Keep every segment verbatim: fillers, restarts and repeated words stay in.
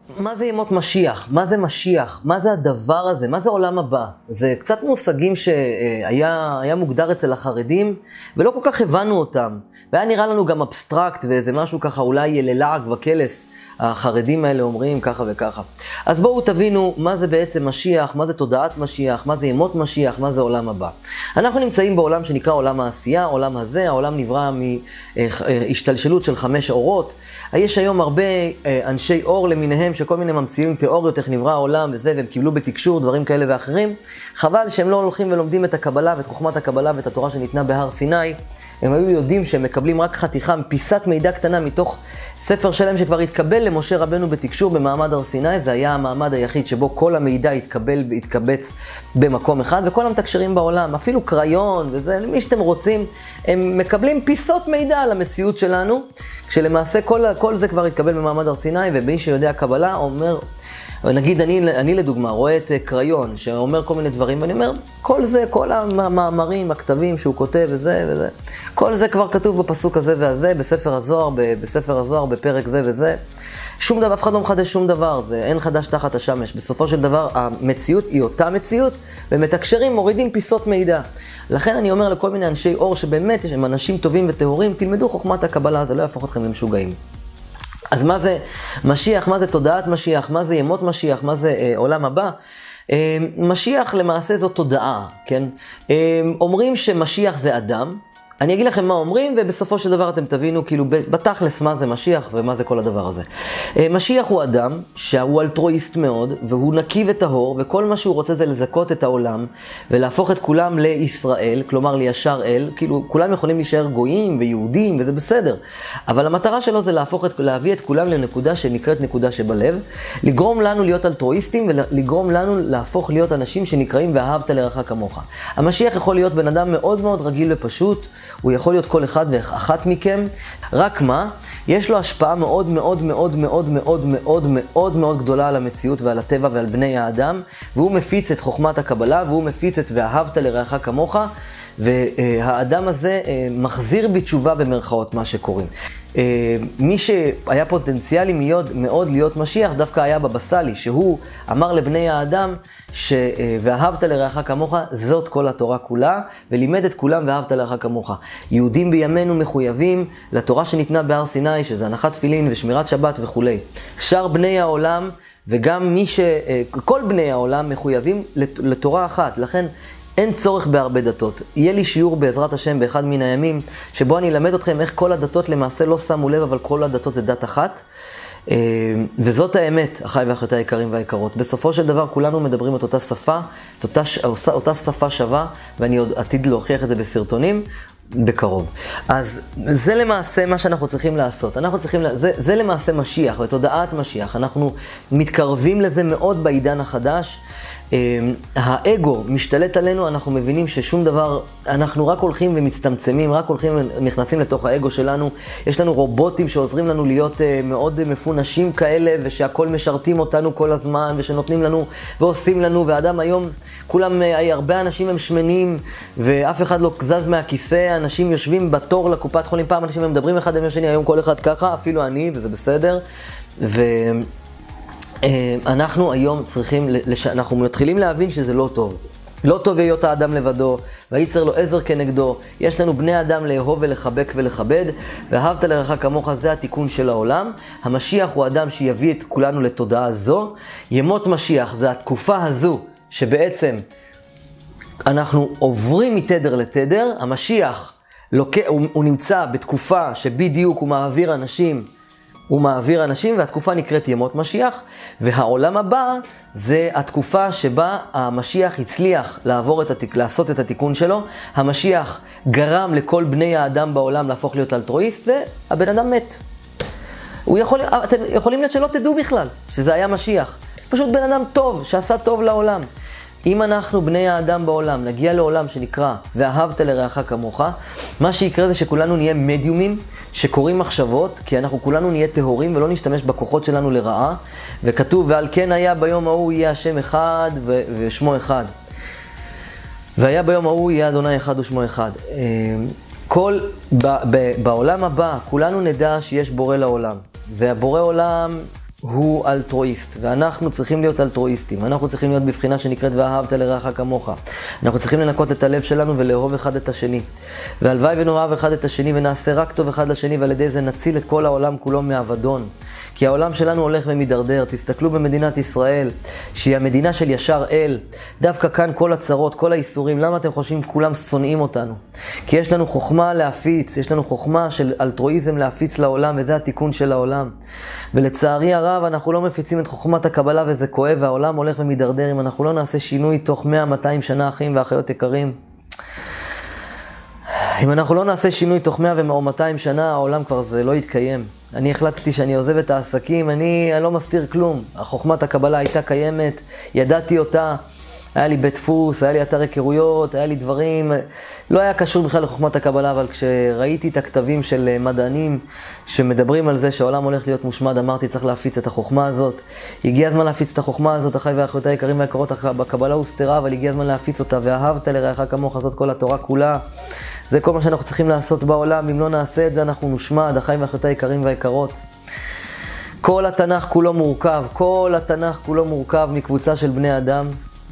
מה זה ימות משיח? מה זה משיח? מה זה הדבר הזה? מה זה עולם הבא? זה קצת מושגים שהיה היה מוגדר אצל החרדים, ולא כל כך הבנו אותם. והיה נראה לנו גם אבסטרקט, ואיזה משהו ככה אולי ללעג וקלס, החרדים האלה אומרים ככה וככה. אז בואו תבינו מה זה בעצם משיח, מה זה תודעת משיח, מה זה ימות משיח, מה זה עולם הבא. אנחנו נמצאים בעולם שנקרא עולם העשייה, העולם הזה, העולם נברא מהשתלשלות של חמש אורות. יש היום הרבה אנשי אור למיניהם שכל מיני ממציאים תיאוריות איך נברא העולם וזה, והם קיבלו בתקשור דברים כאלה ואחרים. חבל שהם לא הולכים ולומדים את הקבלה ואת חוכמת הקבלה ואת התורה שניתנה בהר סיני. הם היו יודעים שהם מקבלים רק חתיכה, פיסת מידע קטנה מתוך ספר שלם שכבר התקבל למשה רבנו בתקשור במעמד הר סיני. זה היה המעמד היחיד שבו כל המידע התקבל והתקבץ במקום אחד, וכל המתקשרים בעולם, אפילו קריון וזה, מי שאתם רוצים, הם מקבלים פיסות מידע על המציאות שלנו, כשלמעשה כל, כל זה כבר התקבל במעמד הר סיני, ומי שיודע קבלה אומר, נגיד אני, אני לדוגמה רואה את קריון שאומר כל מיני דברים, ואני אומר, כל זה, כל המאמרים, הכתבים שהוא כותב וזה וזה, כל זה כבר כתוב בפסוק הזה והזה, בספר הזוהר, בספר הזוהר, בפרק זה וזה. שום דבר, אף אחד לא מחדש שום דבר, זה אין חדש תחת השמש. בסופו של דבר, המציאות היא אותה מציאות, ומתקשרים, מורידים פיסות מידע. לכן אני אומר לכל מיני אנשי אור שבאמת הם אנשים טובים וטהורים, תלמדו חוכמת הקבלה, זה לא יהפוך אתכם למשוגעים. אז מה זה משיח, מה זה תודעת משיח, מה זה ימות משיח, מה זה אה, עולם הבא? אה, משיח למעשה זו תודעה, כן? אה, אומרים שמשיח זה אדם, אני אגיד לכם מה אומרים, ובסופו של דבר אתם תבינו כאילו בתכלס מה זה משיח ומה זה כל הדבר הזה. משיח הוא אדם שהוא אלטרואיסט מאוד, והוא נקי וטהור, וכל מה שהוא רוצה זה לזכות את העולם, ולהפוך את כולם לישראל, כלומר לישר אל, כאילו כולם יכולים להישאר גויים ויהודים, וזה בסדר. אבל המטרה שלו זה להפוך את, להביא את כולם לנקודה שנקראת נקודה שבלב, לגרום לנו להיות אלטרואיסטים, ולגרום לנו להפוך להיות אנשים שנקראים ואהבת לרעך כמוך. המשיח יכול להיות בן אדם מאוד מאוד רגיל ופשוט, הוא יכול להיות כל אחד ואחת מכם, רק מה? יש לו השפעה מאוד מאוד מאוד מאוד מאוד מאוד מאוד מאוד גדולה על המציאות ועל הטבע ועל בני האדם, והוא מפיץ את חוכמת הקבלה, והוא מפיץ את ואהבת לרעך כמוך, והאדם הזה מחזיר בתשובה במרכאות מה שקוראים. מי שהיה פוטנציאלי מאוד, מאוד להיות משיח דווקא היה בבא סאלי, שהוא אמר לבני האדם ואהבת לרעך כמוך, זאת כל התורה כולה, ולימד את כולם ואהבת לרעך כמוך. יהודים בימינו מחויבים לתורה שניתנה בהר סיני, שזה הנחת תפילין ושמירת שבת וכו'. שאר בני העולם וגם מי ש... כל בני העולם מחויבים לתורה אחת, לכן אין צורך בהרבה דתות. יהיה לי שיעור בעזרת השם באחד מן הימים, שבו אני אלמד אתכם איך כל הדתות למעשה לא שמו לב, אבל כל הדתות זה דת אחת. וזאת האמת, אחי ואחיותי היקרים והיקרות. בסופו של דבר כולנו מדברים את אותה שפה, את אותה, אותה שפה שווה, ואני עוד עתיד להוכיח את זה בסרטונים בקרוב. אז זה למעשה מה שאנחנו צריכים לעשות. אנחנו צריכים, זה, זה למעשה משיח ותודעת משיח. אנחנו מתקרבים לזה מאוד בעידן החדש. האגו משתלט עלינו, אנחנו מבינים ששום דבר, אנחנו רק הולכים ומצטמצמים, רק הולכים ונכנסים לתוך האגו שלנו. יש לנו רובוטים שעוזרים לנו להיות מאוד מפונשים כאלה, ושהכל משרתים אותנו כל הזמן, ושנותנים לנו ועושים לנו, והאדם היום, כולם, הרבה אנשים הם שמנים, ואף אחד לא זז מהכיסא, אנשים יושבים בתור לקופת חולים, פעם אנשים הם מדברים אחד עם השני, היום כל אחד ככה, אפילו אני, וזה בסדר. ו... אנחנו היום צריכים, לש... אנחנו מתחילים להבין שזה לא טוב. לא טוב להיות האדם לבדו, וייצר לו עזר כנגדו. יש לנו בני אדם לאהוב ולחבק ולכבד, ואהבת לרעך כמוך, זה התיקון של העולם. המשיח הוא אדם שיביא את כולנו לתודעה זו. ימות משיח זה התקופה הזו, שבעצם אנחנו עוברים מתדר לתדר. המשיח, לוקה, הוא, הוא נמצא בתקופה שבדיוק הוא מעביר אנשים, הוא מעביר אנשים, והתקופה נקראת ימות משיח, והעולם הבא זה התקופה שבה המשיח הצליח לעבור את התיק, לעשות את התיקון שלו. המשיח גרם לכל בני האדם בעולם להפוך להיות אלטרואיסט, והבן אדם מת. הוא יכול, אתם יכולים להיות שלא תדעו בכלל שזה היה משיח. פשוט בן אדם טוב, שעשה טוב לעולם. אם אנחנו בני האדם בעולם נגיע לעולם שנקרא ואהבת לרעך כמוך, מה שיקרה זה שכולנו נהיה מדיומים שקוראים מחשבות, כי אנחנו כולנו נהיה טהורים ולא נשתמש בכוחות שלנו לרעה. וכתוב, ועל כן היה ביום ההוא יהיה השם אחד ו- ושמו אחד. והיה ביום ההוא יהיה אדוני אחד ושמו אחד. כל, ב- ב- בעולם הבא כולנו נדע שיש בורא לעולם. והבורא עולם הוא אלטרואיסט, ואנחנו צריכים להיות אלטרואיסטים. אנחנו צריכים להיות בבחינה שנקראת ואהבת לרעך כמוך. אנחנו צריכים לנקות את הלב שלנו ולאהוב אחד את השני. והלוואי ונאהב אחד את השני ונעשה רק טוב אחד לשני, ועל ידי זה נציל את כל העולם כולו מאבדון. כי העולם שלנו הולך ומדרדר. תסתכלו במדינת ישראל, שהיא המדינה של ישר אל. דווקא כאן כל הצרות, כל האיסורים. למה אתם חושבים כולם שונאים אותנו? כי יש לנו חוכמה להפיץ, יש לנו חוכמה של אלטרואיזם להפיץ לעולם, וזה התיקון של העולם. ולצערי הרב, אנחנו לא מפיצים את חוכמת הקבלה, וזה כואב, והעולם הולך ומדרדר. אם אנחנו לא נעשה שינוי תוך מאה מאתיים שנה, אחים ואחיות יקרים, אם אנחנו לא נעשה שינוי תוך מאה ומאתיים שנה, העולם כבר זה לא יתקיים. אני החלטתי שאני עוזב את העסקים, אני, אני לא מסתיר כלום. החוכמת הקבלה הייתה קיימת, ידעתי אותה, היה לי בית דפוס, היה לי אתר היכרויות, היה לי דברים, לא היה קשור בכלל לחוכמת הקבלה, אבל כשראיתי את הכתבים של מדענים שמדברים על זה שהעולם הולך להיות מושמד, אמרתי צריך להפיץ את החוכמה הזאת. הגיע הזמן להפיץ את החוכמה הזאת, אחי ואחיותי היקרים והיקרות, בקבלה הוסתרה, אבל הגיע הזמן להפיץ אותה, ואהבת לרעך כמוך, זאת כל התורה כולה. זה כל מה שאנחנו צריכים לעשות בעולם. אם לא נעשה את זה, אנחנו נושמד, אחי ואחיותי היקרים והיקרות. כל התנ"ך כולו מורכב, כל התנ"ך כולו מורכב מקבוצה של בני אדם,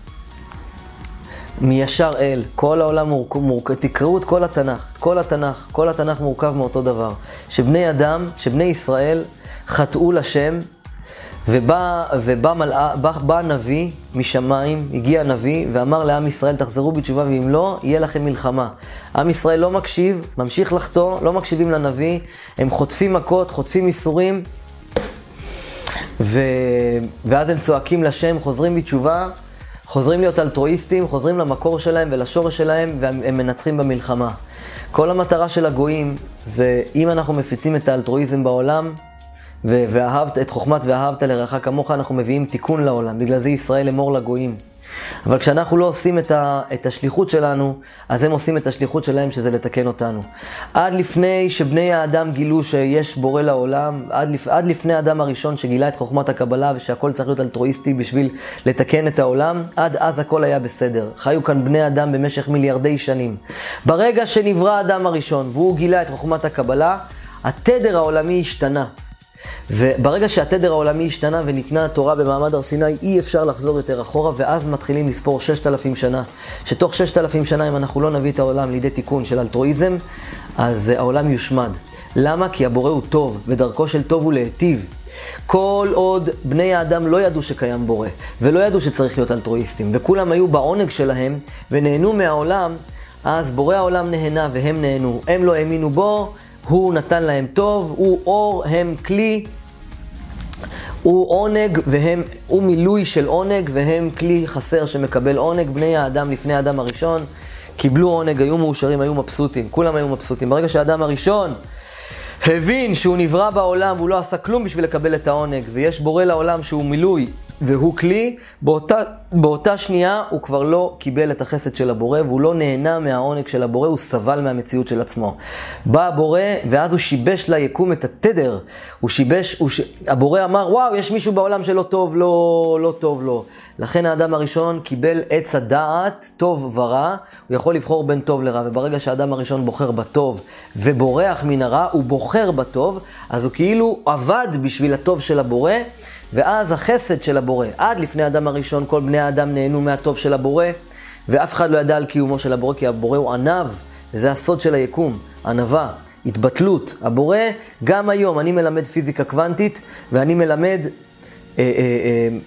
מישר אל. כל העולם מורכב, מורכב. תקראו את כל התנ"ך, כל התנ"ך, כל התנ"ך מורכב מאותו דבר. שבני אדם, שבני ישראל חטאו לשם, ובא, ובא מלאה, בא, בא נביא משמיים, הגיע נביא ואמר לעם ישראל, תחזרו בתשובה, ואם לא, יהיה לכם מלחמה. עם ישראל לא מקשיב, ממשיך לחטוא, לא מקשיבים לנביא, הם חוטפים מכות, חוטפים איסורים, ו... ואז הם צועקים לשם, חוזרים בתשובה, חוזרים להיות אלטרואיסטים, חוזרים למקור שלהם ולשורש שלהם, והם מנצחים במלחמה. כל המטרה של הגויים זה, אם אנחנו מפיצים את האלטרואיזם בעולם, ואהבת את חוכמת ואהבת לרעך כמוך, אנחנו מביאים תיקון לעולם. בגלל זה ישראל אמור לגויים. אבל כשאנחנו לא עושים את, ה, את השליחות שלנו, אז הם עושים את השליחות שלהם, שזה לתקן אותנו. עד לפני שבני האדם גילו שיש בורא לעולם, עד, לפ, עד לפני האדם הראשון שגילה את חוכמת הקבלה, ושהכל צריך להיות אלטרואיסטי בשביל לתקן את העולם, עד אז הכל היה בסדר. חיו כאן בני אדם במשך מיליארדי שנים. ברגע שנברא האדם הראשון, והוא גילה את חוכמת הקבלה, התדר העולמי השתנה. וברגע שהתדר העולמי השתנה וניתנה התורה במעמד הר סיני, אי אפשר לחזור יותר אחורה, ואז מתחילים לספור ששת אלפים שנה. שתוך ששת אלפים שנה, אם אנחנו לא נביא את העולם לידי תיקון של אלטרואיזם, אז העולם יושמד. למה? כי הבורא הוא טוב, ודרכו של טוב הוא להיטיב. כל עוד בני האדם לא ידעו שקיים בורא, ולא ידעו שצריך להיות אלטרואיסטים, וכולם היו בעונג שלהם, ונהנו מהעולם, אז בורא העולם נהנה והם נהנו. הם לא האמינו בו, הוא נתן להם טוב, הוא אור, הם כלי, הוא עונג, והם, הוא מילוי של עונג, והם כלי חסר שמקבל עונג. בני האדם לפני האדם הראשון קיבלו עונג, היו מאושרים, היו מבסוטים, כולם היו מבסוטים. ברגע שהאדם הראשון הבין שהוא נברא בעולם, והוא לא עשה כלום בשביל לקבל את העונג, ויש בורא לעולם שהוא מילוי, והוא כלי, באותה, באותה שנייה הוא כבר לא קיבל את החסד של הבורא, והוא לא נהנה מהעונג של הבורא, הוא סבל מהמציאות של עצמו. בא הבורא, ואז הוא שיבש ליקום את התדר. הוא שיבש, הוא ש... הבורא אמר, וואו, יש מישהו בעולם שלא טוב, לא, לא טוב, לא. לכן האדם הראשון קיבל עץ הדעת, טוב ורע, הוא יכול לבחור בין טוב לרע, וברגע שהאדם הראשון בוחר בטוב, ובורח מן הרע, הוא בוחר בטוב, אז הוא כאילו עבד בשביל הטוב של הבורא, ואז החסד של הבורא, עד לפני האדם הראשון, כל בני האדם נהנו מהטוב של הבורא, ואף אחד לא ידע על קיומו של הבורא, כי הבורא הוא ענב, וזה הסוד של היקום, ענבה, התבטלות. הבורא, גם היום, אני מלמד פיזיקה קוונטית, ואני מלמד אה, אה, אה,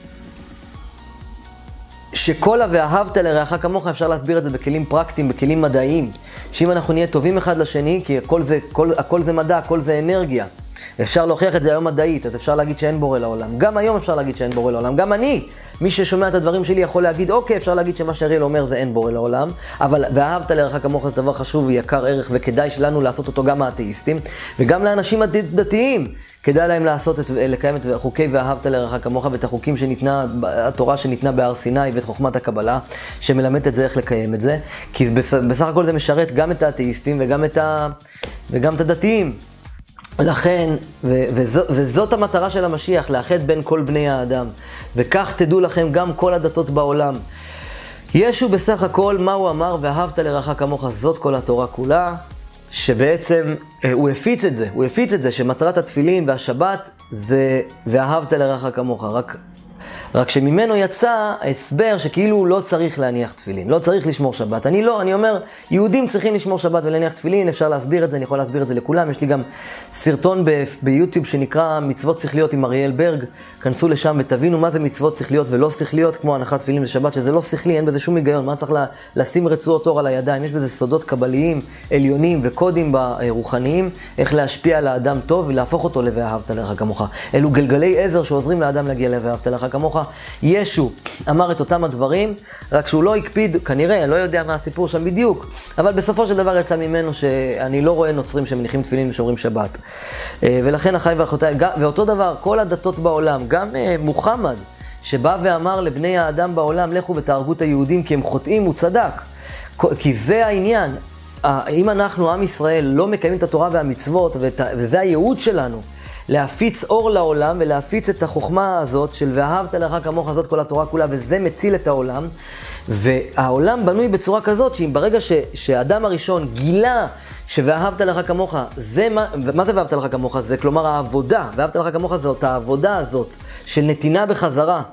שכל ה"ואהבת לרעך כמוך", אפשר להסביר את זה בכלים פרקטיים, בכלים מדעיים, שאם אנחנו נהיה טובים אחד לשני, כי הכל זה, כל, הכל זה מדע, הכל זה אנרגיה, אפשר להוכיח את זה היום מדעית, אז אפשר להגיד שאין בורא לעולם. גם היום אפשר להגיד שאין בורא לעולם. גם אני, מי ששומע את הדברים שלי, יכול להגיד, אוקיי, אפשר להגיד שמה שאריאל אומר זה אין בורא לעולם, אבל ואהבת לרעך כמוך זה דבר חשוב ויקר ערך, וכדאי שלנו לעשות אותו גם האתאיסטים, וגם לאנשים הדתיים, כדאי להם לעשות את, לקיים את חוקי ואהבת לרעך כמוך, ואת החוקים שניתנה, התורה שניתנה בהר סיני, ואת חוכמת הקבלה, שמלמד את זה איך לקיים את זה, כי בסך הכל זה משרת גם את האתאיסטים וגם את, ה, וגם את הדתיים. לכן, ו- וזו, וזאת המטרה של המשיח, לאחד בין כל בני האדם. וכך תדעו לכם גם כל הדתות בעולם. ישו בסך הכל, מה הוא אמר? ואהבת לרעך כמוך, זאת כל התורה כולה. שבעצם הוא הפיץ את זה, הוא הפיץ את זה, שמטרת התפילין והשבת זה ואהבת לרעך כמוך, רק... רק שממנו יצא הסבר שכאילו לא צריך להניח תפילין, לא צריך לשמור שבת. אני לא, אני אומר, יהודים צריכים לשמור שבת ולהניח תפילין, אפשר להסביר את זה, אני יכול להסביר את זה לכולם. יש לי גם סרטון ב- ביוטיוב שנקרא מצוות שכליות עם אריאל ברג, כנסו לשם ותבינו מה זה מצוות שכליות ולא שכליות, כמו הנחת תפילין לשבת, שזה לא שכלי, אין בזה שום היגיון, מה צריך לה, לשים רצועות אור על הידיים, יש בזה סודות קבליים, עליונים וקודים ברוחניים, איך להשפיע על האדם טוב ולהפוך אותו ל"ואהבת לרעך כמוך". אלו גלגלי עזר שעוזרים לאדם להגיע ל"ואהבת לרעך כמוך". ישו אמר את אותם הדברים, רק שהוא לא הקפיד, כנראה, לא יודע מה הסיפור שם בדיוק, אבל בסופו של דבר יצא ממנו שאני לא רואה נוצרים שמניחים תפילין ושומרים שבת. ולכן אחי ואחותיי, ואותו דבר, כל הדתות בעולם, גם מוחמד, שבא ואמר לבני האדם בעולם, לכו ותהרגו את היהודים כי הם חוטאים, הוא צדק. כי זה העניין. אם אנחנו, עם ישראל, לא מקיימים את התורה והמצוות, וזה הייעוד שלנו, להפיץ אור לעולם ולהפיץ את החוכמה הזאת של ואהבת לרעך כמוך, זאת כל התורה כולה, וזה מציל את העולם. והעולם בנוי בצורה כזאת שאם ברגע ש, שהאדם הראשון גילה שוואהבת לרעך כמוך, זה מה, מה זה ואהבת לרעך כמוך? זה כלומר העבודה, ואהבת לרעך כמוך זאת העבודה הזאת של נתינה בחזרה.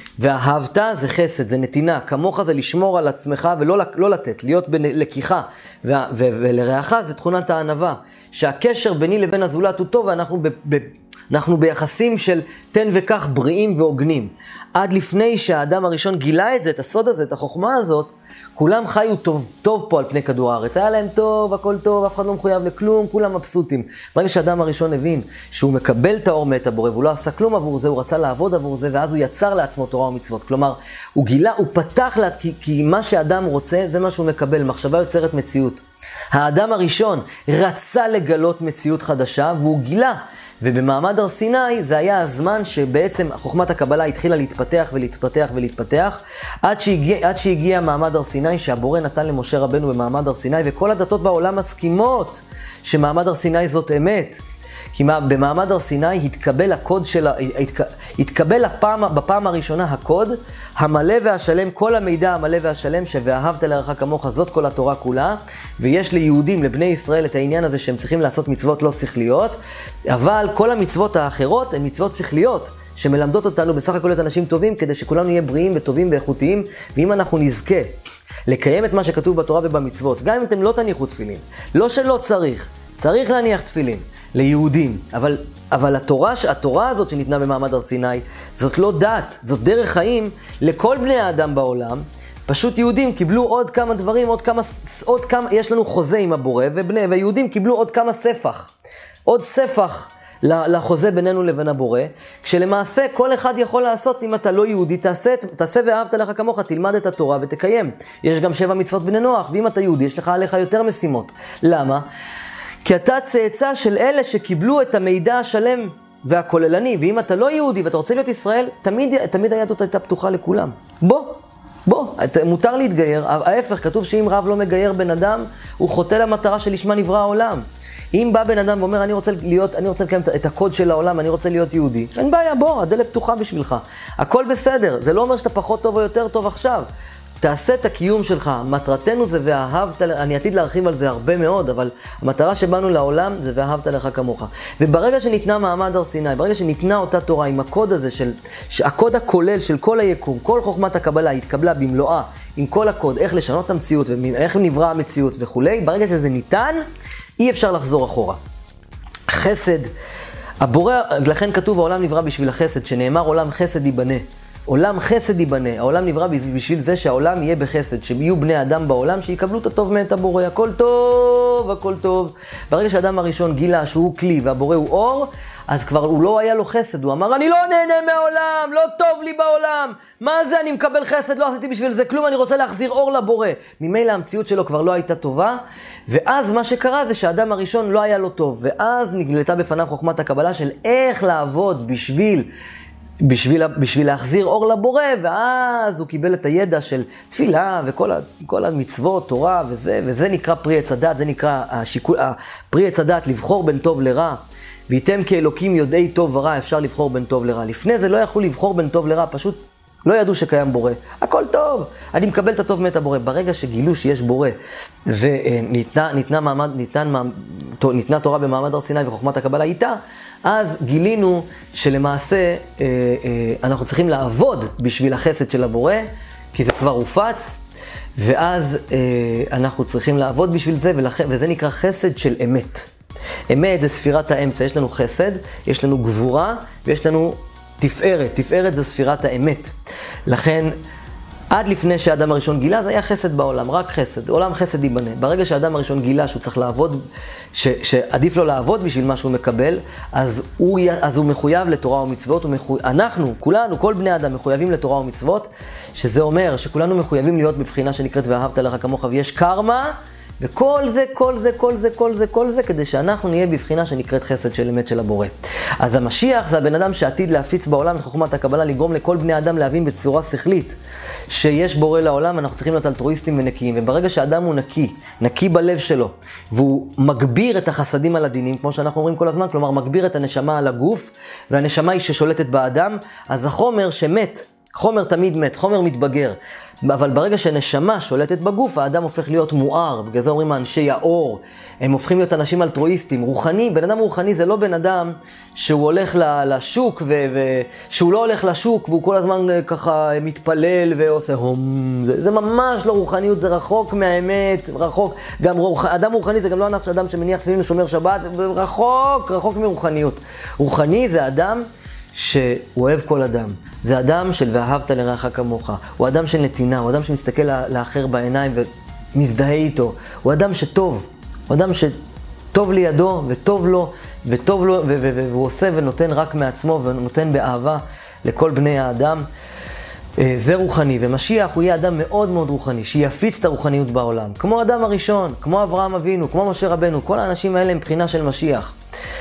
ואהבת זה חסד, זה נתינה, כמוך זה לשמור על עצמך ולא לא לתת, להיות בלקיחה, ו- ו- ולרעך זה תכונת הענווה, שהקשר ביני לבין הזולת הוא טוב, ואנחנו ב- ב- אנחנו ביחסים של תן וכך בריאים והוגנים. עד לפני שהאדם הראשון גילה את זה, את הסוד הזה, את החוכמה הזאת, כולם חיו טוב, טוב פה על פני כדור הארץ. היה להם טוב, הכל טוב, אף אחד לא מחויב לכלום, כולם מבסוטים. ברגע שהאדם הראשון הבין שהוא מקבל את האור מאת הבורא, והוא לא עשה כלום עבור זה, הוא רצה לעבוד עבור זה, ואז הוא יצר לעצמו תורה ומצוות. כלומר, הוא גילה, הוא פתח לה, כי, כי מה שאדם רוצה, זה מה שהוא מקבל. מחשבה יוצרת מציאות. האדם הראשון רצה לגלות מציאות חדשה, והוא גילה. ובמעמד הר סיני זה היה הזמן שבעצם חוכמת הקבלה התחילה להתפתח ולהתפתח ולהתפתח, עד שהגיע, עד שהגיע מעמד הר סיני שהבורא נתן למשה רבנו במעמד הר סיני, וכל הדתות בעולם מסכימות שמעמד הר סיני זאת אמת. כי במעמד הר סיני התקבל הקוד של, התק, התקבל הפעם, בפעם הראשונה הקוד, המלא והשלם, כל המידע המלא והשלם, שוואהבת לרעך כמוך, זאת כל התורה כולה, ויש ליהודים, לבני ישראל, את העניין הזה שהם צריכים לעשות מצוות לא שכליות, אבל כל המצוות האחרות הן מצוות שכליות, שמלמדות אותנו בסך הכל להיות אנשים טובים, כדי שכולנו נהיה בריאים וטובים ואיכותיים, ואם אנחנו נזכה לקיים את מה שכתוב בתורה ובמצוות, גם אם אתם לא תניחו תפילין, לא שלא צריך, צריך להניח תפילין ליהודים, אבל, אבל התורה, התורה הזאת שניתנה במעמד הר סיני, זאת לא דת, זאת דרך חיים לכל בני האדם בעולם. פשוט יהודים קיבלו עוד כמה דברים, עוד כמה, עוד כמה, יש לנו חוזה עם הבורא, ובני, ויהודים קיבלו עוד כמה ספח, עוד ספח לחוזה בינינו לבין הבורא, כשלמעשה כל אחד יכול לעשות, אם אתה לא יהודי, תעשה, תעשה ואהבת לך כמוך, תלמד את התורה ותקיים. יש גם שבע מצוות בני נוח, ואם אתה יהודי, יש לך עליך יותר משימות. למה? כי אתה צאצא של אלה שקיבלו את המידע השלם והכוללני, ואם אתה לא יהודי ואתה רוצה להיות ישראל, תמיד, תמיד היהדות הייתה פתוחה לכולם. בוא, בוא, מותר להתגייר, ההפך, כתוב שאם רב לא מגייר בן אדם, הוא חוטא למטרה שלשמה נברא העולם. אם בא בן אדם ואומר, אני רוצה להיות, אני רוצה לקיים את הקוד של העולם, אני רוצה להיות יהודי, אין בעיה, בוא, הדלת פתוחה בשבילך. הכל בסדר, זה לא אומר שאתה פחות טוב או יותר טוב עכשיו. תעשה את הקיום שלך, מטרתנו זה ואהבת, אני עתיד להרחיב על זה הרבה מאוד, אבל המטרה שבאנו לעולם זה ואהבת לך כמוך. וברגע שניתנה מעמד הר סיני, ברגע שניתנה אותה תורה עם הקוד הזה, של, הקוד הכולל של כל היקום, כל חוכמת הקבלה התקבלה במלואה, עם כל הקוד, איך לשנות את המציאות ואיך נברא המציאות וכו', ברגע שזה ניתן, אי אפשר לחזור אחורה. חסד, הבורא, לכן כתוב העולם נברא בשביל החסד, שנאמר עולם חסד ייבנה. עולם חסד ייבנה, העולם נברא בשביל זה שהעולם יהיה בחסד, שיהיו בני אדם בעולם שיקבלו את הטוב מאת הבורא, הכל טוב, הכל טוב. ברגע שהאדם הראשון גילה שהוא כלי והבורא הוא אור, אז כבר הוא לא היה לו חסד, הוא אמר, אני לא נהנה מהעולם, לא טוב לי בעולם, מה זה, אני מקבל חסד, לא עשיתי בשביל זה כלום, אני רוצה להחזיר אור לבורא. ממילא המציאות שלו כבר לא הייתה טובה, ואז מה שקרה זה שהאדם הראשון לא היה לו טוב, ואז נגלתה בפניו חוכמת הקבלה של איך לעבוד בשביל... בשביל, בשביל להחזיר אור לבורא, ואז הוא קיבל את הידע של תפילה וכל ה, כל המצוות, תורה וזה, וזה נקרא פרי עץ הדת, זה נקרא השיקול, פרי עץ הדת, לבחור בין טוב לרע, וייתם כאלוקים יודעי טוב ורע, אפשר לבחור בין טוב לרע. לפני זה לא יכלו לבחור בין טוב לרע, פשוט לא ידעו שקיים בורא. הכל טוב, אני מקבל את הטוב מאת הבורא. ברגע שגילו שיש בורא, וניתנה ניתנה מעמד, ניתנה, ניתנה תורה במעמד הר סיני וחוכמת הקבלה איתה, אז גילינו שלמעשה אה, אה, אנחנו צריכים לעבוד בשביל החסד של הבורא, כי זה כבר הופץ, ואז אה, אנחנו צריכים לעבוד בשביל זה, ולכ... וזה נקרא חסד של אמת. אמת זה ספירת האמצע, יש לנו חסד, יש לנו גבורה, ויש לנו תפארת. תפארת זה ספירת האמת. לכן, עד לפני שהאדם הראשון גילה, זה היה חסד בעולם, רק חסד. עולם חסד ייבנה. ברגע שהאדם הראשון גילה שהוא צריך לעבוד, ש, שעדיף לו לעבוד בשביל מה שהוא מקבל, אז הוא, אז הוא מחויב לתורה ומצוות. מחויב, אנחנו, כולנו, כל בני אדם מחויבים לתורה ומצוות, שזה אומר שכולנו מחויבים להיות בבחינה שנקראת ואהבת לך כמוך, ויש קרמה, וכל זה, כל זה, כל זה, כל זה, כל זה, כדי שאנחנו נהיה בבחינה שנקראת חסד של אמת של הבורא. אז המשיח זה הבן אדם שעתיד להפיץ בעולם את חוכמת הקבלה, לגרום לכל בני אדם להבין בצורה שכלית שיש בורא לעולם, אנחנו צריכים להיות אלטרואיסטים ונקיים. וברגע שהאדם הוא נקי, נקי בלב שלו, והוא מגביר את החסדים על הדינים, כמו שאנחנו אומרים כל הזמן, כלומר מגביר את הנשמה על הגוף, והנשמה היא ששולטת באדם, אז החומר שמת, חומר תמיד מת, חומר מתבגר. אבל ברגע שנשמה שולטת בגוף, האדם הופך להיות מואר. בגלל זה אומרים אנשי האור, הם הופכים להיות אנשים אלטרואיסטים. רוחני, בן אדם רוחני זה לא בן אדם שהוא הולך לשוק, ושהוא לא הולך לשוק, והוא כל הזמן ככה מתפלל ועושה הום. זה, זה ממש לא רוחניות, זה רחוק מהאמת, רחוק. גם רוח, אדם רוחני זה גם לא אדם שמניח תפילין ושומר שבת, רחוק, רחוק מרוחניות. רוחני זה אדם שהוא אוהב כל אדם. זה אדם של ואהבת לרעך כמוך. הוא אדם של נתינה, הוא אדם שמסתכל לאחר בעיניים ומזדהה איתו. הוא אדם שטוב, הוא אדם שטוב לידו וטוב לו, וטוב לו, והוא עושה ונותן רק מעצמו ונותן באהבה לכל בני האדם. זה רוחני, ומשיח הוא יהיה אדם מאוד מאוד רוחני, שיפיץ את הרוחניות בעולם. כמו אדם הראשון, כמו אברהם אבינו, כמו משה רבנו, כל האנשים האלה הם בחינה של משיח.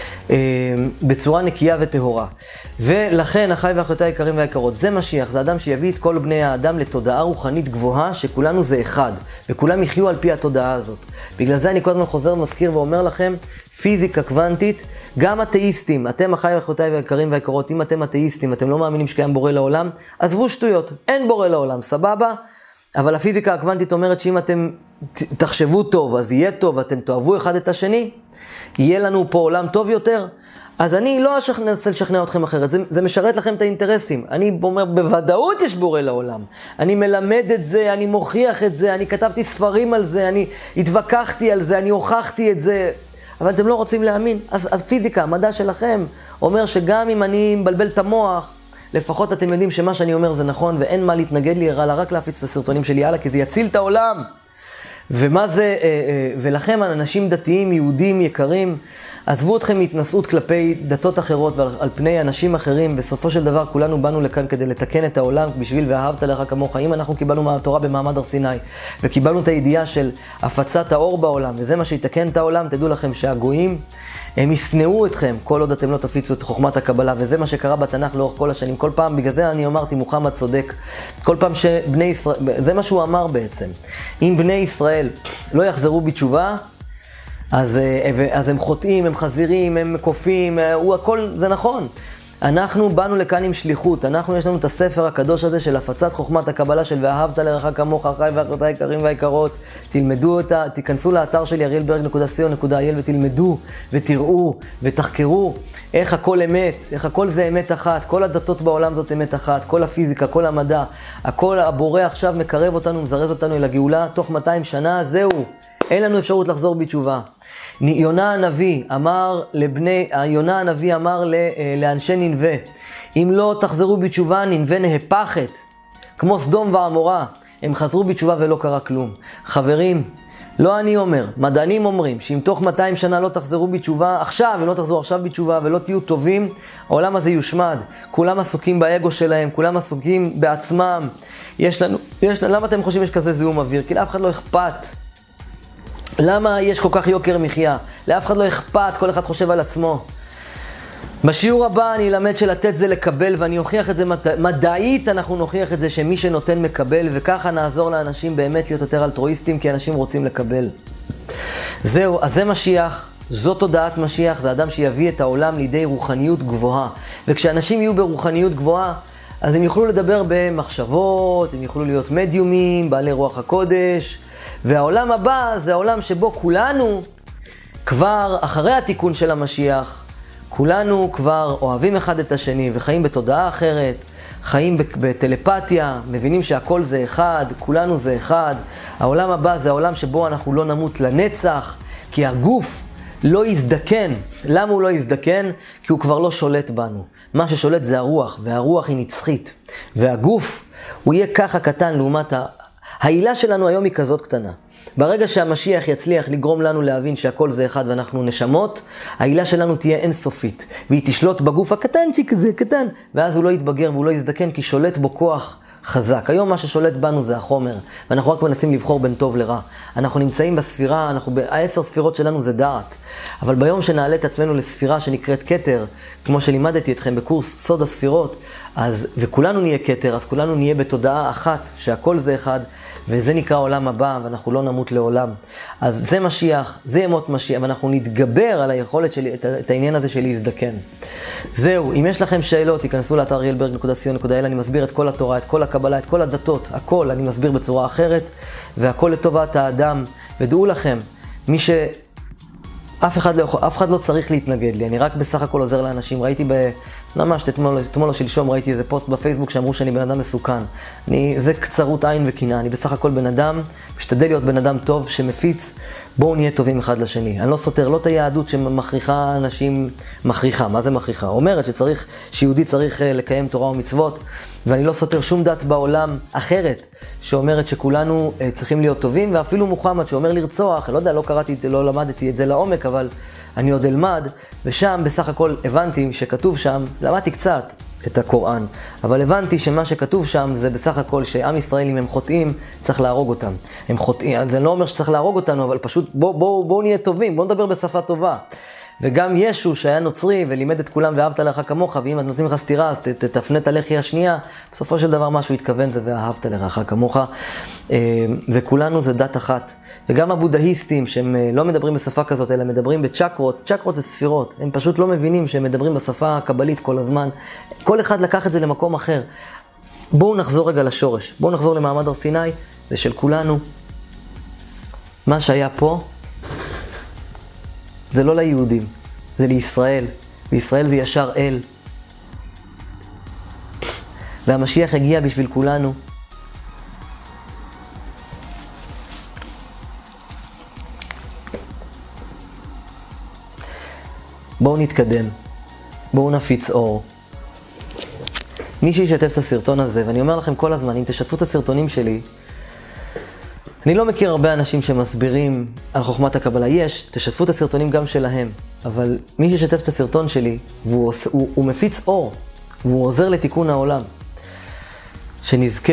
בצורה נקייה וטהורה. ולכן, אחי ואחיותיי היקרים והיקרות, זה משיח, זה אדם שיביא את כל בני האדם לתודעה רוחנית גבוהה, שכולנו זה אחד, וכולם יחיו על פי התודעה הזאת. בגלל זה אני כל הזמן חוזר ומזכיר ואומר לכם, פיזיקה קוונטית, גם אתאיסטים, אתם אחי ואחיותיי היקרים והיקרות, אם אתם אתאיסטים, אתם לא מאמינים שקיים בורא לעולם, עזבו שטויות, אין בורא לעולם, סבבה? אבל הפיזיקה הקוונטית אומרת שאם אתם תחשבו טוב, אז יהיה טוב, אתם תאהבו אחד את השני, יהיה לנו פה עולם טוב יותר, אז אני לא אנסה לשכנע אתכם אחרת, זה, זה משרת לכם את האינטרסים. אני אומר, בוודאות יש בורא לעולם. אני מלמד את זה, אני מוכיח את זה, אני כתבתי ספרים על זה, אני התווכחתי על זה, אני הוכחתי את זה, אבל אתם לא רוצים להאמין. אז הפיזיקה, המדע שלכם, אומר שגם אם אני מבלבל את המוח, לפחות אתם יודעים שמה שאני אומר זה נכון, ואין מה להתנגד לי, אלא רק להפיץ את הסרטונים שלי הלאה, כי זה יציל את העולם. ומה זה, ולכם אנשים דתיים, יהודים יקרים, עזבו אתכם מהתנסות כלפי דתות אחרות ועל פני אנשים אחרים. בסופו של דבר כולנו באנו לכאן כדי לתקן את העולם בשביל ואהבת לך כמוך. אם אנחנו קיבלנו מהתורה במעמד הר סיני וקיבלנו את הידיעה של הפצת האור בעולם, וזה מה שיתקן את העולם, תדעו לכם שהגויים הם ישנאו אתכם כל עוד אתם לא תפיצו את חוכמת הקבלה, וזה מה שקרה בתנ"ך לאורך כל השנים. כל פעם, בגלל זה אני אמרתי, מוחמד צודק, כל פעם שבני ישראל, זה מה שהוא אמר בעצם, אם בני ישראל לא יחזרו בתשובה, אז, אז הם חוטאים, הם חזירים, הם קופים, הוא הכל, זה נכון. אנחנו באנו לכאן עם שליחות, אנחנו יש לנו את הספר הקדוש הזה של הפצת חוכמת הקבלה של ואהבת לרעך כמוך, אחי ואחיותיי היקרים והיקרות. תלמדו אותה, תיכנסו לאתר שלי אריאל ברג נקודה סי או נקודה איי אל ותלמדו ותראו ותחקרו איך הכל אמת, איך הכל זה אמת אחת, כל הדתות בעולם זאת אמת אחת, כל הפיזיקה, כל המדע, הכל הבורא עכשיו מקרב אותנו, מזרז אותנו אל הגאולה, תוך מאתיים שנה, זהו, אין לנו אפשרות לחזור בתשובה. יונה הנביא אמר לבני, יונה הנביא אמר לאנשי נינווה, אם לא תחזרו בתשובה, נינווה נהפכת, כמו סדום ועמורה. הם חזרו בתשובה ולא קרה כלום. חברים, לא אני אומר, מדענים אומרים, שאם תוך מאתיים שנה לא תחזרו בתשובה, עכשיו, אם לא תחזרו עכשיו בתשובה ולא תהיו טובים, העולם הזה יושמד. כולם עסוקים באגו שלהם, כולם עסוקים בעצמם. יש לנו, יש, למה אתם חושבים יש כזה זיהום אוויר? כי לאף אחד לא אכפת. למה יש כל כך יוקר מחיה? לאף אחד לא אכפת, כל אחד חושב על עצמו. בשיעור הבא אני אלמד שלתת זה לקבל, ואני אוכיח את זה מדעית, אנחנו נוכיח את זה שמי שנותן מקבל, וככה נעזור לאנשים באמת להיות יותר אלטרואיסטים, כי אנשים רוצים לקבל. זהו, אז זה משיח, זו תודעת משיח, זה אדם שיביא את העולם לידי רוחניות גבוהה. וכשאנשים יהיו ברוחניות גבוהה, אז הם יוכלו לדבר במחשבות, הם יוכלו להיות מדיומים, בעלי רוח הקודש, והעולם הבא זה העולם שבו כולנו כבר אחרי התיקון של המשיח, כולנו כבר אוהבים אחד את השני וחיים בתודעה אחרת, חיים בטלפתיה, מבינים שהכל זה אחד, כולנו זה אחד. העולם הבא זה העולם שבו אנחנו לא נמות לנצח, כי הגוף לא יזדקן. למה הוא לא יזדקן? כי הוא כבר לא שולט בנו. מה ששולט זה הרוח, והרוח היא נצחית. והגוף הוא יהיה ככה קטן לעומת ה... העילה שלנו היום היא כזאת קטנה. ברגע שהמשיח יצליח לגרום לנו להבין שהכל זה אחד ואנחנו נשמות, העילה שלנו תהיה אינסופית. והיא תשלוט בגוף הקטנצ'יק הזה, קטן. ואז הוא לא יתבגר והוא לא יזדקן כי שולט בו כוח חזק. היום מה ששולט בנו זה החומר. ואנחנו רק מנסים לבחור בין טוב לרע. אנחנו נמצאים בספירה, אנחנו בעשר ספירות שלנו זה דעת. אבל ביום שנעלה את עצמנו לספירה שנקראת כתר, כמו שלימדתי אתכם בקורס סוד הספירות, אז, וכולנו נהיה כתר, אז כולנו נהיה בתודעה אחת, שהכל זה אחד, וזה נקרא עולם הבא, ואנחנו לא נמות לעולם. אז זה משיח, זה ימות משיח, ואנחנו נתגבר על היכולת של, את, את העניין הזה של להזדקן. זהו, אם יש לכם שאלות, תיכנסו לאתר אריאל ברג נקודה סי או נקודה איי אל, אני מסביר את כל התורה, את כל הקבלה, את כל הדתות, הכל אני מסביר בצורה אחרת, והכל לטובת האדם. ודעו לכם, מי ש... אף אחד, לא, אף אחד לא צריך להתנגד לי, אני רק בסך הכל עוזר לאנשים. ראיתי ב... ממש, אתמול, אתמול או שלשום ראיתי איזה פוסט בפייסבוק שאמרו שאני בן אדם מסוכן. אני, זה קצרות עין וקנאה, אני בסך הכל בן אדם, משתדל להיות בן אדם טוב שמפיץ, בואו נהיה טובים אחד לשני. אני לא סותר, לא את היהדות שמכריחה אנשים, מכריחה, מה זה מכריחה? אומרת שצריך, שיהודי צריך לקיים תורה ומצוות, ואני לא סותר שום דת בעולם אחרת, שאומרת שכולנו צריכים להיות טובים, ואפילו מוחמד שאומר לרצוח, לא יודע, לא קראתי, לא למדתי את זה לעומק, אבל אני עוד אלמד, ושם בסך הכל הבנתי שכתוב שם, למדתי קצת את הקוראן, אבל הבנתי שמה שכתוב שם זה בסך הכל שעם ישראל, אם הם חוטאים, צריך להרוג אותם. הם חוטאים, זה לא אומר שצריך להרוג אותנו, אבל פשוט בואו בוא, בוא נהיה טובים, בואו נדבר בשפה טובה. וגם ישו שהיה נוצרי ולימד את כולם ואהבת לך כמוך, ואם נותנים לך סתירה אז תפנה את הלחי השנייה, בסופו של דבר מה שהוא התכוון זה ואהבת לך כמוך, וכולנו זה דת אחת. וגם הבודהיסטים שהם לא מדברים בשפה כזאת אלא מדברים בצ'קרות, צ'קרות זה ספירות, הם פשוט לא מבינים שהם מדברים בשפה הקבלית כל הזמן, כל אחד לקח את זה למקום אחר. בואו נחזור רגע לשורש, בואו נחזור למעמד הר סיני, זה של כולנו. מה שהיה פה זה לא ליהודים, זה לישראל, וישראל זה ישר אל. והמשיח הגיע בשביל כולנו. בואו נתקדם, בואו נפיץ אור. מי שישתף את הסרטון הזה, ואני אומר לכם כל הזמן, אם תשתפו את הסרטונים שלי, אני לא מכיר הרבה אנשים שמסבירים על חוכמת הקבלה. יש, תשתפו את הסרטונים גם שלהם, אבל מי שישתף את הסרטון שלי, והוא הוא, הוא מפיץ אור, והוא עוזר לתיקון העולם, שנזכה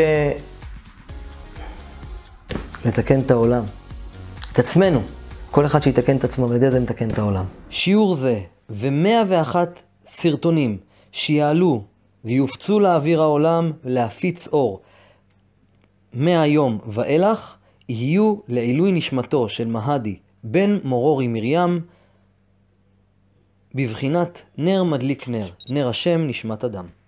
לתקן את העולם, את עצמנו, כל אחד שיתקן את עצמו, ועל ידי זה נתקן את העולם. שיעור זה ו-מאה ואחת סרטונים שיעלו ויופצו לאוויר העולם להפיץ אור מהיום ואילך, יהיו לעילוי נשמתו של מהדי בן מורורי מרים, בבחינת נר מדליק נר, נר השם נשמת אדם.